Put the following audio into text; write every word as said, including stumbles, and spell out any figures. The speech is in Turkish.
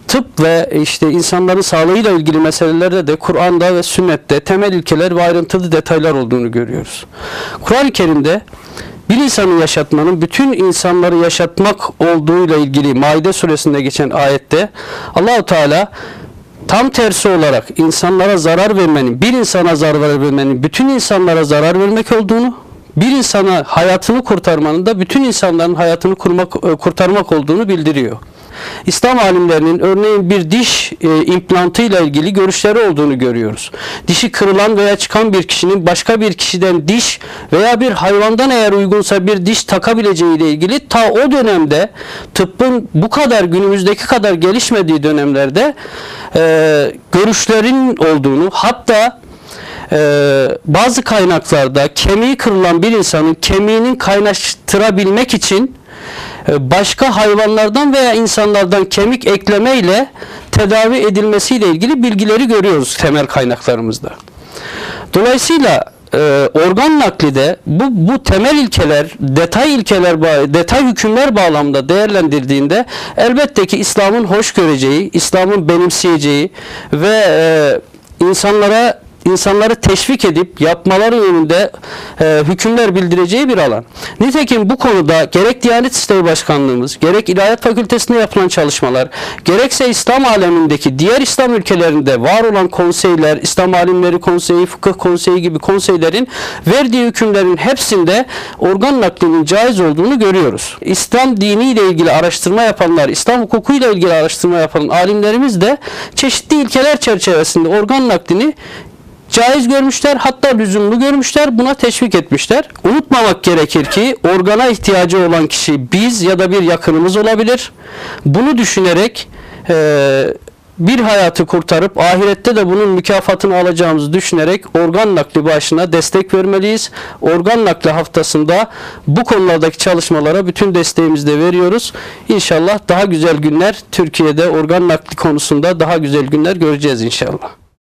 tıp ve işte insanların sağlığıyla ilgili meselelerde de Kur'an'da ve sünnette temel ilkeler ve ayrıntılı detaylar olduğunu görüyoruz. Kur'an-ı Kerim'de bir insanı yaşatmanın bütün insanları yaşatmak olduğuyla ilgili Maide suresinde geçen ayette Allah-u Teala tam tersi olarak insanlara zarar vermenin, bir insana zarar vermenin bütün insanlara zarar vermek olduğunu, bir insana hayatını kurtarmanın da bütün insanların hayatını kurmak, kurtarmak olduğunu bildiriyor. İslam alimlerinin örneğin bir diş e, implantı ile ilgili görüşleri olduğunu görüyoruz. Dişi kırılan veya çıkan bir kişinin başka bir kişiden diş veya bir hayvandan eğer uygunsa bir diş takabileceği ile ilgili ta o dönemde tıbbın bu kadar günümüzdeki kadar gelişmediği dönemlerde e, görüşlerin olduğunu, hatta Ee, bazı kaynaklarda kemiği kırılan bir insanın kemiğinin kaynaştırabilmek için e, başka hayvanlardan veya insanlardan kemik ekleme ile tedavi edilmesiyle ilgili bilgileri görüyoruz temel kaynaklarımızda. Dolayısıyla e, organ naklide bu, bu temel ilkeler, detay ilkeler, detay hükümler bağlamında değerlendirdiğinde elbette ki İslam'ın hoş göreceği, İslam'ın benimseyeceği ve e, insanlara insanları teşvik edip yapmaları yönünde e, hükümler bildireceği bir alan. Nitekim bu konuda gerek Diyanet İşleri Başkanlığımız, gerek İlahiyat Fakültesi'nde yapılan çalışmalar, gerekse İslam alemindeki diğer İslam ülkelerinde var olan konseyler, İslam Alimleri Konseyi, Fıkıh Konseyi gibi konseylerin verdiği hükümlerin hepsinde organ naklinin caiz olduğunu görüyoruz. İslam diniyle ilgili araştırma yapanlar, İslam hukukuyla ilgili araştırma yapan alimlerimiz de çeşitli ilkeler çerçevesinde organ naklini caiz görmüşler, hatta lüzumlu görmüşler, buna teşvik etmişler. Unutmamak gerekir ki organa ihtiyacı olan kişi biz ya da bir yakınımız olabilir. Bunu düşünerek e, bir hayatı kurtarıp ahirette de bunun mükafatını alacağımızı düşünerek organ nakli başına destek vermeliyiz. Organ nakli haftasında bu konulardaki çalışmalara bütün desteğimizi de veriyoruz. İnşallah daha güzel günler, Türkiye'de organ nakli konusunda daha güzel günler göreceğiz inşallah.